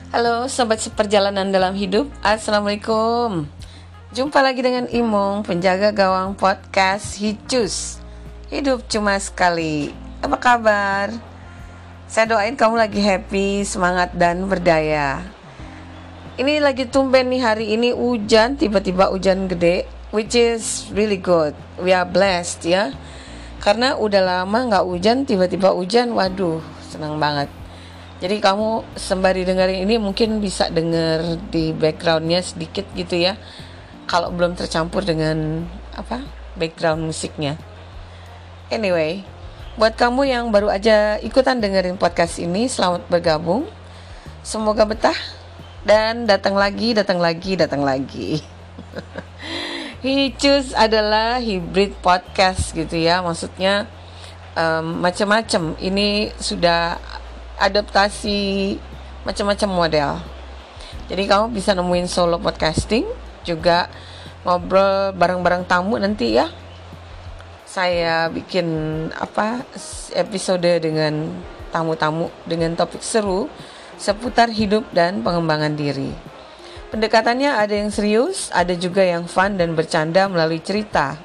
Halo sobat seperjalanan dalam hidup, Assalamualaikum. Jumpa lagi dengan Imong, penjaga gawang podcast Hicus. Hidup cuma sekali. Apa kabar? Saya doain kamu lagi happy, semangat dan berdaya. Ini lagi tumben nih, hari ini hujan, tiba-tiba hujan gede, which is really good. We are blessed ya. Karena udah lama gak hujan, tiba-tiba hujan, waduh senang banget. Jadi kamu sembari dengerin ini mungkin bisa denger di backgroundnya sedikit gitu ya, kalau belum tercampur dengan background musiknya. Anyway, buat kamu yang baru aja ikutan dengerin podcast ini, selamat bergabung. Semoga betah dan datang lagi. Hicus adalah hybrid podcast gitu ya, maksudnya macam-macam. Ini sudah adaptasi macam-macam model. Jadi kamu bisa nemuin solo podcasting, juga ngobrol bareng-bareng tamu nanti ya. Saya bikin episode dengan tamu-tamu dengan topik seru seputar hidup dan pengembangan diri. Pendekatannya ada yang serius, ada juga yang fun dan bercanda melalui cerita.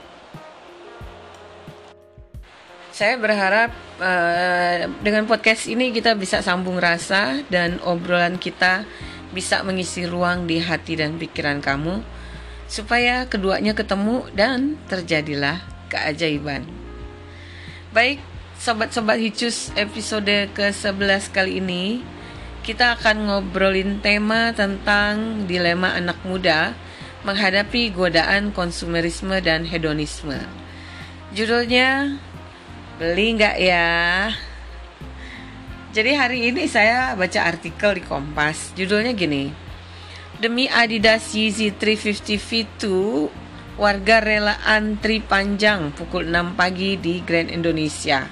Saya berharap dengan podcast ini kita bisa sambung rasa dan obrolan kita bisa mengisi ruang di hati dan pikiran kamu, supaya keduanya ketemu dan terjadilah keajaiban. Baik, sobat-sobat Hicus, episode ke-11 kali ini kita akan ngobrolin tema tentang dilema anak muda menghadapi godaan konsumerisme dan hedonisme. Judulnya, beli nggak ya? Jadi hari ini saya baca artikel di Kompas, judulnya gini: demi Adidas Yeezy 350 V2, warga rela antri panjang pukul 6 pagi di Grand Indonesia.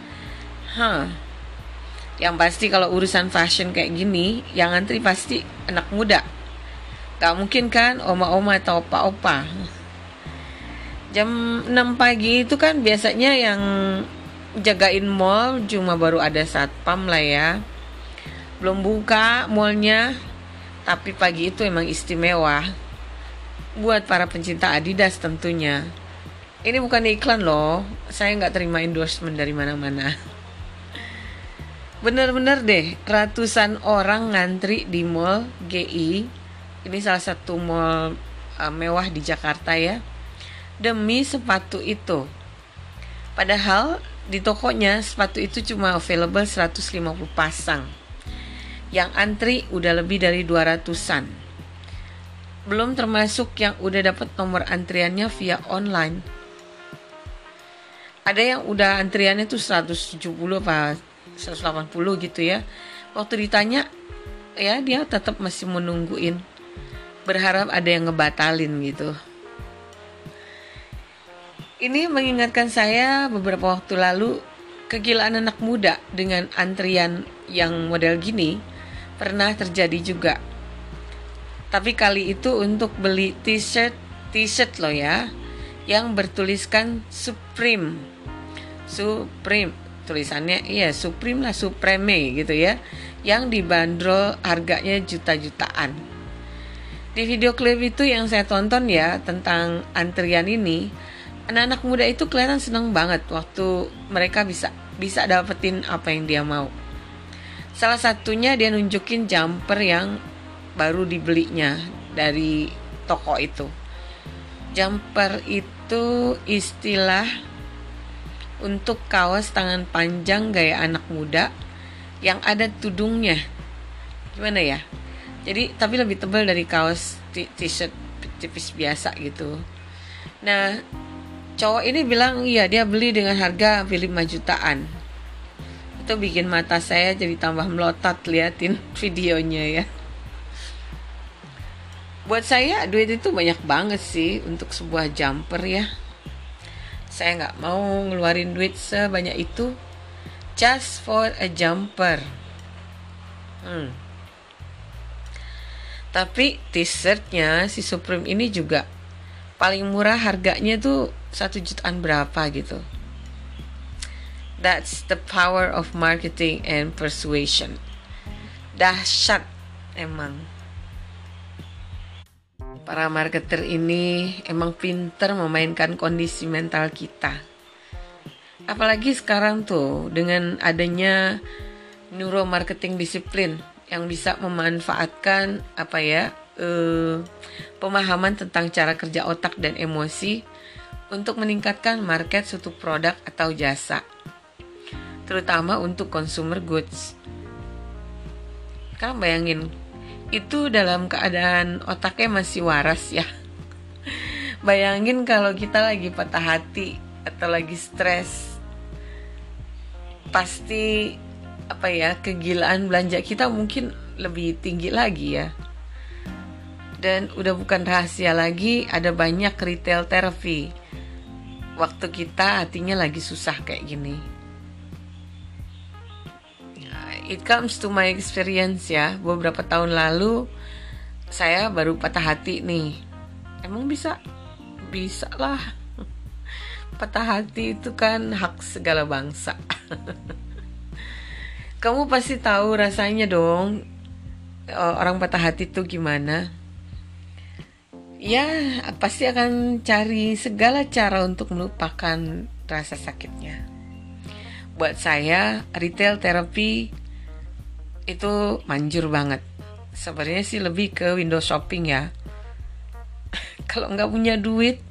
Yang pasti kalau urusan fashion kayak gini, yang antri pasti anak muda. Gak mungkin kan oma-oma atau opa-opa. Jam 6 pagi itu kan biasanya yang jagain mall cuma baru ada satpam lah ya. Belum buka mallnya, tapi pagi itu emang istimewa buat para pencinta Adidas tentunya. Ini bukan iklan loh, saya gak terima endorsement dari mana-mana. Bener-bener deh, ratusan orang ngantri di mall GI. Ini salah satu mall mewah di Jakarta ya, demi sepatu itu. Padahal di tokonya sepatu itu cuma available 150 pasang. Yang antri udah lebih dari 200-an. Belum termasuk yang udah dapat nomor antriannya via online. Ada yang udah antriannya tuh 170 apa 180 gitu ya. Waktu ditanya ya dia tetap masih menungguin, berharap ada yang ngebatalin gitu. Ini mengingatkan saya beberapa waktu lalu, kegilaan anak muda dengan antrian yang model gini pernah terjadi juga. Tapi kali itu untuk beli t-shirt loh ya, yang bertuliskan Supreme, tulisannya Supreme lah, Supreme gitu ya, yang dibanderol harganya juta-jutaan. Di video klip itu yang saya tonton ya tentang antrian ini, anak-anak muda itu kelihatan senang banget waktu mereka bisa dapetin apa yang dia mau. Salah satunya dia nunjukin jumper yang baru dibelinya dari toko itu. Jumper itu istilah untuk kaos tangan panjang gaya anak muda yang ada tudungnya. Gimana ya? Jadi tapi lebih tebal dari kaos t-shirt tipis biasa gitu. Nah, cowok ini bilang iya dia beli dengan harga hampir 5 jutaan. Itu bikin mata saya jadi tambah melotot liatin videonya ya. Buat saya duit itu banyak banget sih untuk sebuah jumper ya. Saya gak mau ngeluarin duit sebanyak itu just for a jumper. Tapi t-shirtnya si Supreme ini juga paling murah harganya tuh 1 jutaan berapa gitu. That's the power of marketing and persuasion. Dahsyat emang. Para marketer ini emang pinter memainkan kondisi mental kita. Apalagi sekarang tuh dengan adanya neuromarketing disiplin yang bisa memanfaatkan pemahaman tentang cara kerja otak dan emosi untuk meningkatkan market suatu produk atau jasa, terutama untuk consumer goods. Kalian bayangin, itu dalam keadaan otaknya masih waras ya. Bayangin kalau kita lagi patah hati atau lagi stres, pasti kegilaan belanja kita mungkin lebih tinggi lagi ya. Dan udah bukan rahasia lagi, ada banyak retail therapy waktu kita hatinya lagi susah kayak gini. It comes to my experience ya. Beberapa tahun lalu saya baru patah hati nih. Emang bisa? Bisa lah. Patah hati itu kan hak segala bangsa. Kamu pasti tahu rasanya dong, orang patah hati itu gimana. Ya, pasti akan cari segala cara untuk melupakan rasa sakitnya. Buat saya, retail therapy itu manjur banget. Sebenarnya sih lebih ke window shopping ya. Kalau nggak punya duit,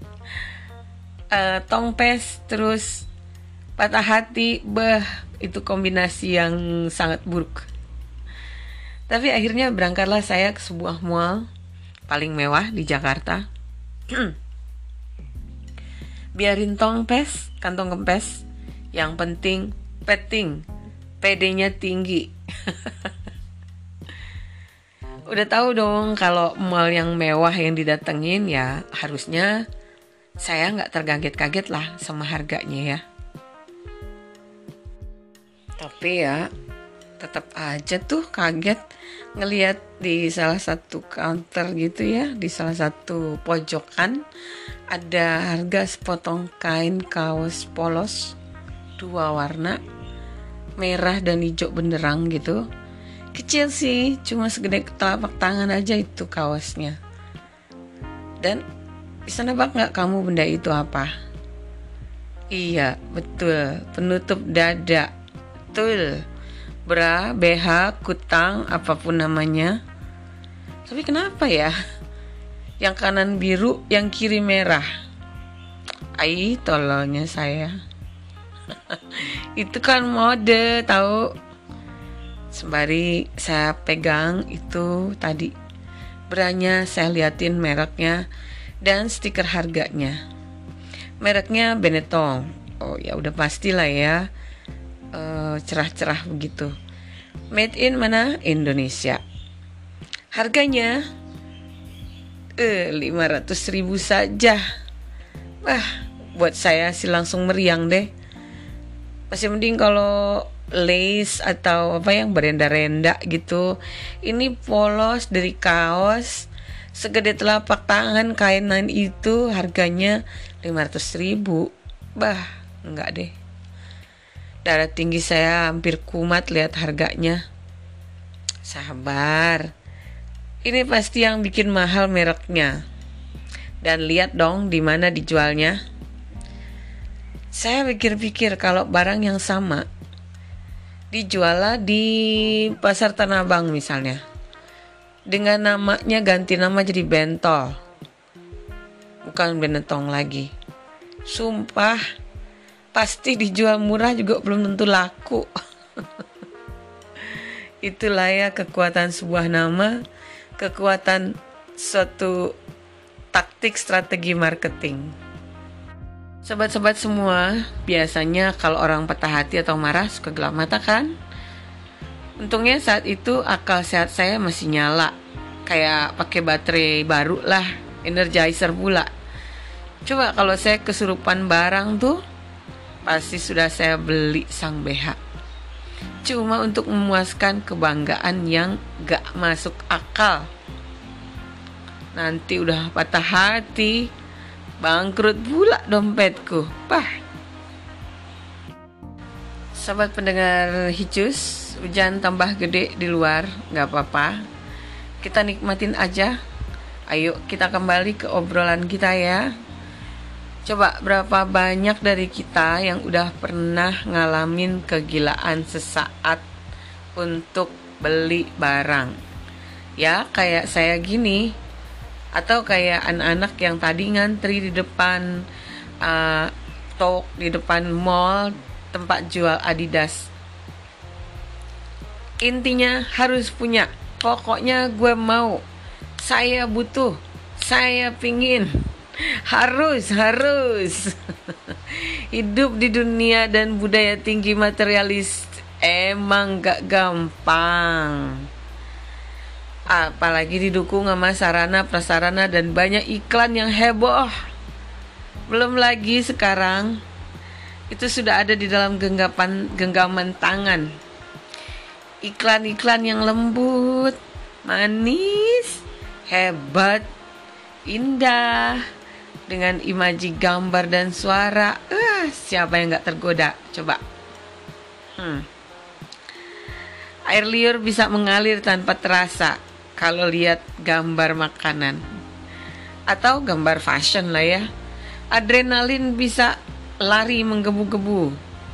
tongpes terus patah hati, itu kombinasi yang sangat buruk. Tapi akhirnya berangkatlah saya ke sebuah mall paling mewah di Jakarta. Biarin tongpes, kantong kempes, yang penting peting, PD-nya tinggi. Udah tahu dong kalau mall yang mewah yang didatengin, ya harusnya saya nggak terkaget-kaget lah sama harganya ya. Tapi ya tetap aja tuh kaget ngelihat di salah satu counter gitu ya, di salah satu pojokan ada harga sepotong kain kaos polos 2 warna, merah dan hijau benderang gitu. Kecil sih, cuma segede telapak tangan aja itu kaosnya. Dan bisa nebak gak kamu benda itu apa? Iya, betul, penutup dada. Betul, bra, BH, kutang, apapun namanya. Tapi kenapa ya? Yang kanan biru, yang kiri merah. Ai, tololnya saya. Itu kan mode, tahu. Sembari saya pegang itu tadi, branya saya liatin mereknya dan stiker harganya. Mereknya Benetton. Oh ya udah pastilah ya, cerah-cerah begitu. Made in mana? Indonesia. Harganya 500.000 saja. Wah, buat saya sih langsung meriang deh. Masih mending kalau lace atau yang berenda-renda gitu. Ini polos dari kaos segede telapak tangan kainan itu harganya 500.000. Bah, enggak deh. Darah tinggi saya hampir kumat lihat harganya. Sabar. Ini pasti yang bikin mahal mereknya. Dan lihat dong di mana dijualnya. Saya pikir-pikir kalau barang yang sama dijual di Pasar Tanah Abang misalnya, dengan namanya ganti nama jadi Bentol, bukan Benetton lagi. Sumpah, pasti dijual murah juga belum tentu laku. Itulah ya kekuatan sebuah nama, kekuatan suatu taktik strategi marketing. Sobat-sobat semua, biasanya kalau orang patah hati atau marah suka gelap mata kan? Untungnya saat itu akal sehat saya masih nyala, kayak pakai baterai baru lah, energizer pula. Coba kalau saya kesurupan barang tuh, pasti sudah saya beli sang BH. Cuma untuk memuaskan kebanggaan yang gak masuk akal. Nanti udah patah hati, bangkrut pula dompetku. Sobat pendengar Hicus, hujan tambah gede di luar, gak apa-apa. Kita nikmatin aja. Ayo kita kembali ke obrolan kita ya. Coba berapa banyak dari kita yang udah pernah ngalamin kegilaan sesaat untuk beli barang? Ya kayak saya gini, atau kayak anak-anak yang tadi ngantri di depan di depan mall tempat jual Adidas. Intinya harus punya. Pokoknya gue mau, saya butuh, saya pingin, harus hidup di dunia dan budaya tinggi materialis emang gak gampang, apalagi didukung sama sarana prasarana dan banyak iklan yang heboh. Belum lagi sekarang itu sudah ada di dalam genggaman tangan. Iklan-iklan yang lembut, manis, hebat, indah, dengan imaji gambar dan suara. Siapa yang gak tergoda? Coba. Air liur bisa mengalir tanpa terasa kalau lihat gambar makanan atau gambar fashion lah ya. Adrenalin bisa lari menggebu-gebu.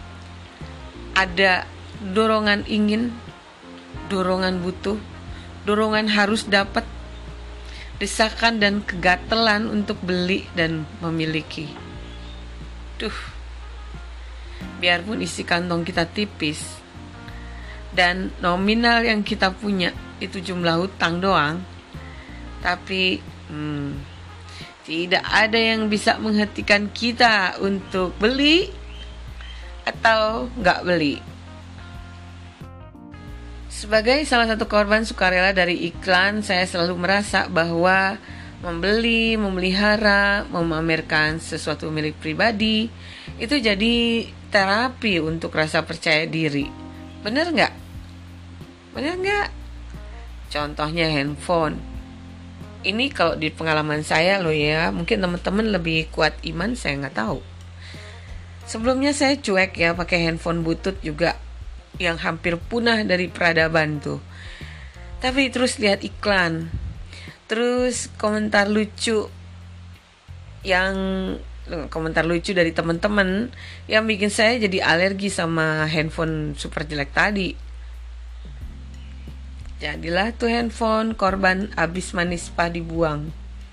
Ada dorongan ingin, dorongan butuh, dorongan harus dapat, desakan dan kegatelan untuk beli dan memiliki. Biarpun isi kantong kita tipis dan nominal yang kita punya itu jumlah hutang doang, tapi tidak ada yang bisa menghentikan kita untuk beli atau nggak beli. Sebagai salah satu korban sukarela dari iklan, saya selalu merasa bahwa membeli, memelihara, memamerkan sesuatu milik pribadi itu jadi terapi untuk rasa percaya diri. Bener nggak? Bener nggak? Contohnya handphone. Ini kalau di pengalaman saya loh ya, mungkin teman-teman lebih kuat iman, saya nggak tahu. Sebelumnya saya cuek ya pakai handphone butut juga yang hampir punah dari peradaban tuh. Tapi terus lihat iklan, terus komentar lucu dari teman-teman yang bikin saya jadi alergi sama handphone super jelek tadi. Jadilah tuh handphone korban abis manis padi buang.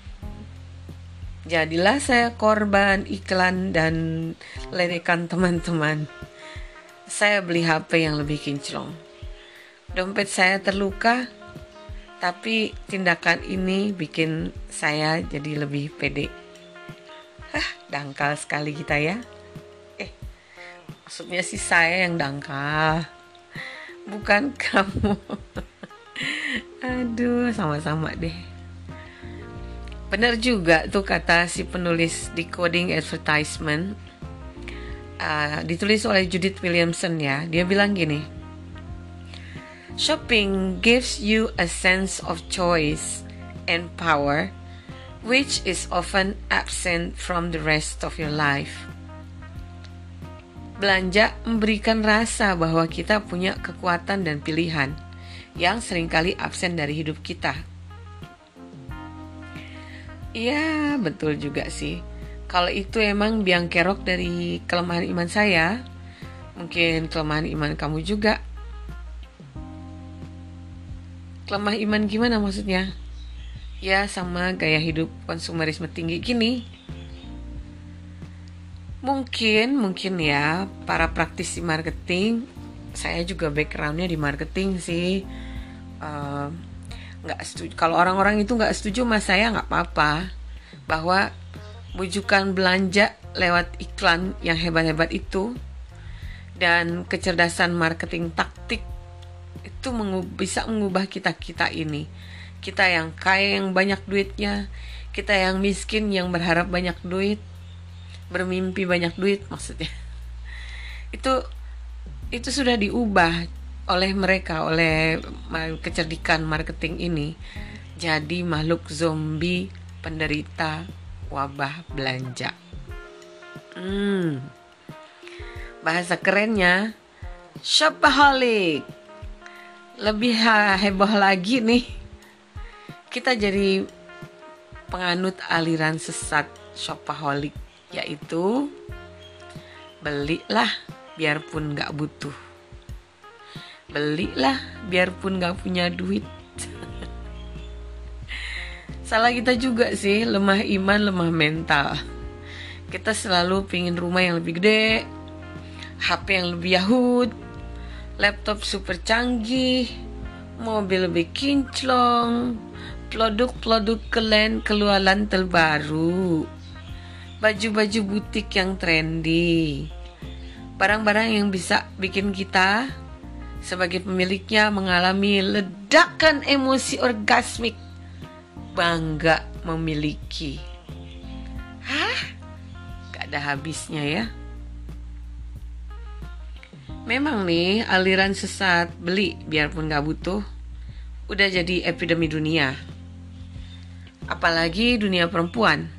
Jadilah saya korban iklan dan ledekan teman-teman. Saya beli HP yang lebih kinclong. Dompet saya terluka, tapi tindakan ini bikin saya jadi lebih pede. Dangkal sekali kita ya. Maksudnya sih saya yang dangkal, bukan kamu. Aduh, sama-sama deh. Benar juga tuh kata si penulis Decoding Advertisement, ditulis oleh Judith Williamson ya. Dia bilang gini, shopping gives you a sense of choice and power which is often absent from the rest of your life. Belanja memberikan rasa bahwa kita punya kekuatan dan pilihan yang seringkali absen dari hidup kita. Iya, betul juga sih. Kalau itu emang biang kerok dari kelemahan iman saya, mungkin kelemahan iman kamu juga. Kelemah iman gimana maksudnya? Ya sama gaya hidup konsumerisme tinggi gini. Mungkin ya para praktisi marketing, saya juga backgroundnya di marketing sih. Nggak setuju. Kalau orang-orang itu nggak setuju sama saya nggak apa-apa, bahwa bujukan belanja lewat iklan yang hebat-hebat itu dan kecerdasan marketing taktik itu bisa mengubah kita ini. Kita yang kaya yang banyak duitnya, kita yang miskin yang berharap banyak duit, bermimpi banyak duit maksudnya. Itu sudah diubah oleh mereka, oleh kecerdikan marketing ini, jadi makhluk zombie penderita wabah belanja. Bahasa kerennya shopaholic. Lebih heboh lagi nih, kita jadi penganut aliran sesat shopaholic, yaitu belilah biarpun gak butuh, belilah biarpun gak punya duit. Salah kita juga sih, lemah iman, lemah mental. Kita selalu pingin rumah yang lebih gede, HP yang lebih yahut, laptop super canggih, mobil lebih kinclong, produk-produk keren keluaran terbaru, baju-baju butik yang trendy, barang-barang yang bisa bikin kita sebagai pemiliknya mengalami ledakan emosi orgasmik, bangga memiliki. Gak ada habisnya ya. Memang nih aliran sesat beli biarpun gak butuh udah jadi epidemi dunia, apalagi dunia perempuan.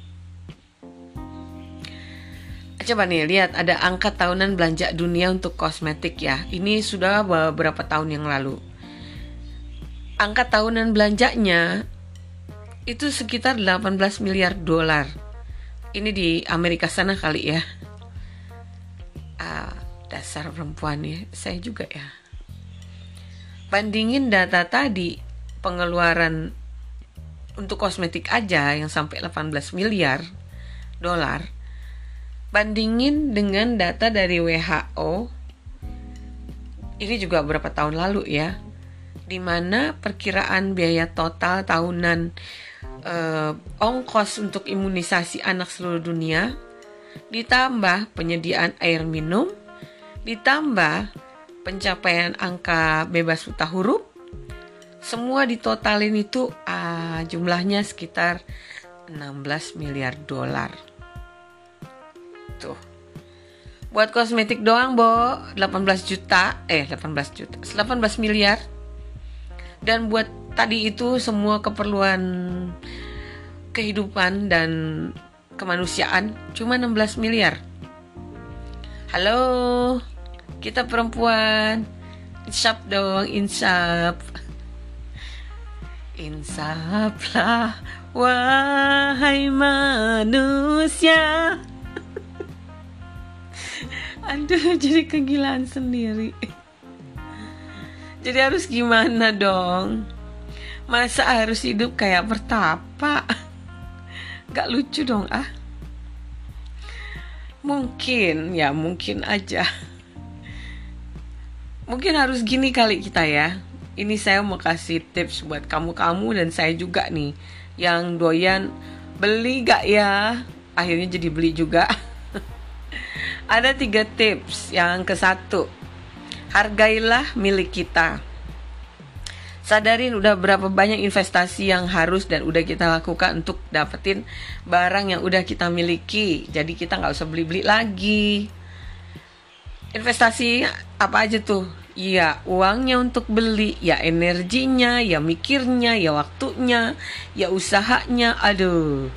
Coba nih lihat, ada angka tahunan belanja dunia untuk kosmetik ya. Ini sudah beberapa tahun yang lalu. Angka tahunan belanjanya itu sekitar 18 miliar dolar. Ini di Amerika sana kali ya. Dasar perempuan ya, saya juga ya. Bandingin data tadi, pengeluaran untuk kosmetik aja yang sampai 18 miliar dolar. Bandingin dengan data dari WHO. Ini juga beberapa tahun lalu ya, di mana perkiraan biaya total tahunan ongkos untuk imunisasi anak seluruh dunia, ditambah penyediaan air minum, ditambah pencapaian angka bebas buta huruf, semua ditotalin itu jumlahnya sekitar 16 miliar dolar. Tuh. Buat kosmetik doang, 18 miliar. Dan buat tadi itu semua keperluan kehidupan dan kemanusiaan cuma 16 miliar. Halo, kita perempuan, insaf dong, insaf. Insaflah wahai manusia. Aduh, jadi kegilaan sendiri. Jadi harus gimana dong? Masa harus hidup kayak pertapa? Gak lucu dong Mungkin aja. Mungkin harus gini kali kita ya. Ini saya mau kasih tips buat kamu-kamu dan saya juga nih, yang doyan beli gak ya? Akhirnya jadi beli juga. Ada 3 tips. Yang ke-1, hargailah milik kita. Sadarin udah berapa banyak investasi yang harus dan udah kita lakukan untuk dapetin barang yang udah kita miliki. Jadi kita gak usah beli-beli lagi. Investasi apa aja tuh? Ya uangnya untuk beli, ya energinya, ya mikirnya, ya waktunya, ya usahanya. Aduh.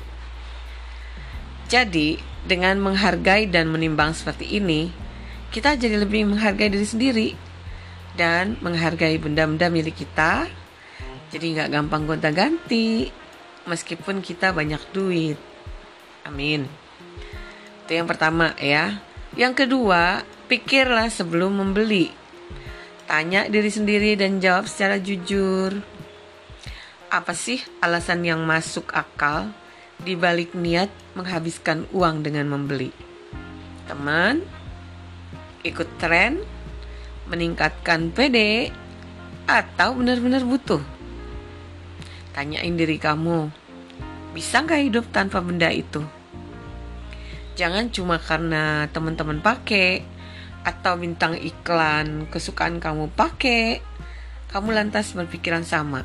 Jadi dengan menghargai dan menimbang seperti ini, kita jadi lebih menghargai diri sendiri dan menghargai benda-benda milik kita. Jadi gak gampang gonta-ganti meskipun kita banyak duit. Amin. Itu yang pertama ya. Yang kedua, pikirlah sebelum membeli. Tanya diri sendiri dan jawab secara jujur. Apa sih alasan yang masuk akal di balik niat menghabiskan uang dengan membeli? Teman, ikut tren, meningkatkan PD, atau benar-benar butuh? Tanyain diri kamu, bisa gak hidup tanpa benda itu? Jangan cuma karena teman-teman pakai atau bintang iklan kesukaan kamu pakai, kamu lantas berpikiran sama.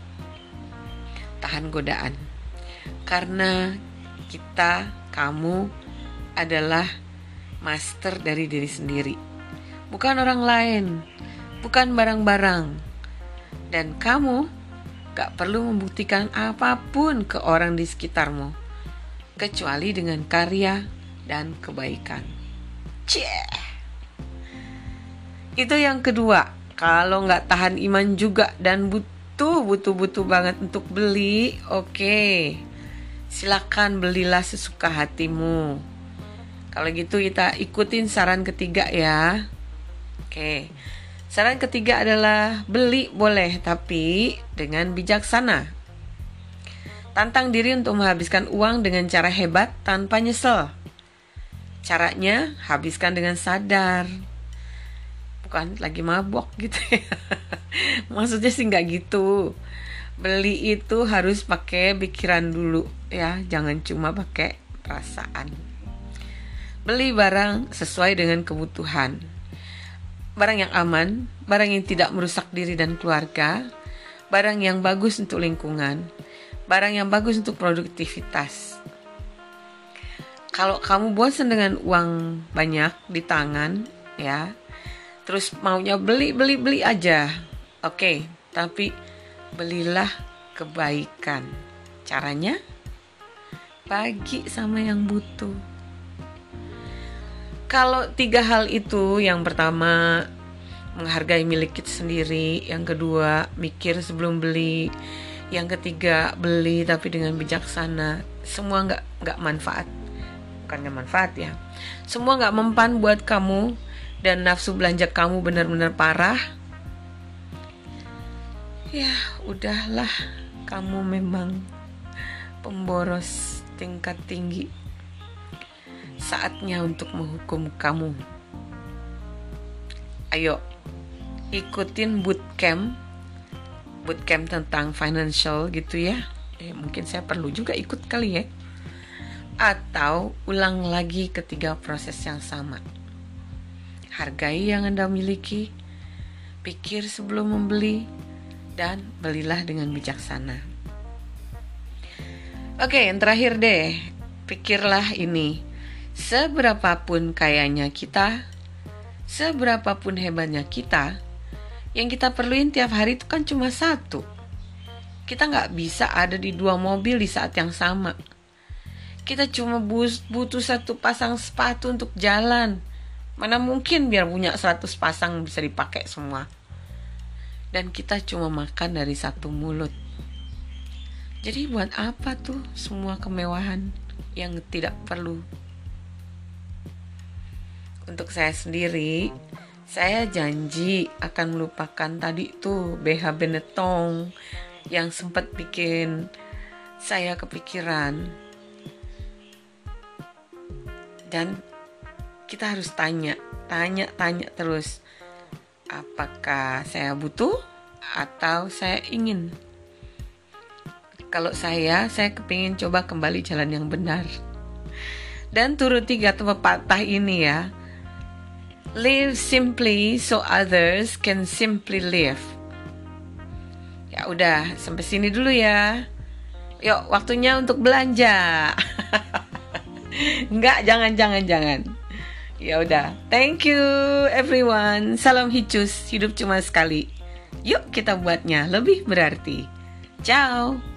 Tahan godaan. Karena kamu adalah master dari diri sendiri, bukan orang lain, bukan barang-barang. Dan kamu gak perlu membuktikan apapun ke orang di sekitarmu, kecuali dengan karya dan kebaikan. Itu yang kedua. Kalau gak tahan iman juga dan butuh banget untuk beli, oke. Silakan belilah sesuka hatimu. Kalau gitu kita ikutin saran ketiga ya. Oke. Saran ketiga adalah beli boleh tapi dengan bijaksana. Tantang diri untuk menghabiskan uang dengan cara hebat tanpa nyesel. Caranya habiskan dengan sadar. Bukan lagi mabok gitu ya. Maksudnya sih nggak gitu. Beli itu harus pakai pikiran dulu ya, jangan cuma pakai perasaan. Beli barang sesuai dengan kebutuhan. Barang yang aman, barang yang tidak merusak diri dan keluarga, barang yang bagus untuk lingkungan, barang yang bagus untuk produktivitas. Kalau kamu bosan dengan uang banyak di tangan ya, terus maunya beli aja. Oke, tapi belilah kebaikan. Caranya bagi sama yang butuh. Kalau 3 hal itu, yang pertama menghargai milik kita sendiri, yang kedua mikir sebelum beli, yang ketiga beli tapi dengan bijaksana, semua nggak manfaat. Bukan nggak manfaat ya, semua nggak mempan buat kamu dan nafsu belanja kamu benar-benar parah. Ya udahlah, kamu memang pemboros tingkat tinggi. Saatnya untuk menghukum kamu. Ayo, ikutin bootcamp tentang financial gitu ya. Mungkin saya perlu juga ikut kali ya. Atau ulang lagi ketiga proses yang sama. Hargai yang Anda miliki, pikir sebelum membeli, dan belilah dengan bijaksana. Oke, yang terakhir deh, pikirlah ini. Seberapapun kayanya kita, seberapapun hebatnya kita, yang kita perluin tiap hari itu kan cuma satu. Kita gak bisa ada di 2 mobil di saat yang sama. Kita cuma butuh 1 pasang sepatu untuk jalan. Mana mungkin biar punya 100 pasang bisa dipakai semua. Dan kita cuma makan dari 1 mulut. Jadi buat apa tuh semua kemewahan yang tidak perlu? Untuk saya sendiri, saya janji akan melupakan tadi tuh BH Benetton yang sempat bikin saya kepikiran. Dan kita harus tanya terus. Apakah saya butuh atau saya ingin? Kalau saya kepingin coba kembali jalan yang benar. Dan turuti kata pepatah ini ya. Live simply so others can simply live. Ya udah, sampai sini dulu ya. Yuk, waktunya untuk belanja. Enggak, jangan. Ya udah, thank you everyone. Salam hicus, hidup cuma sekali. Yuk kita buatnya lebih berarti. Ciao.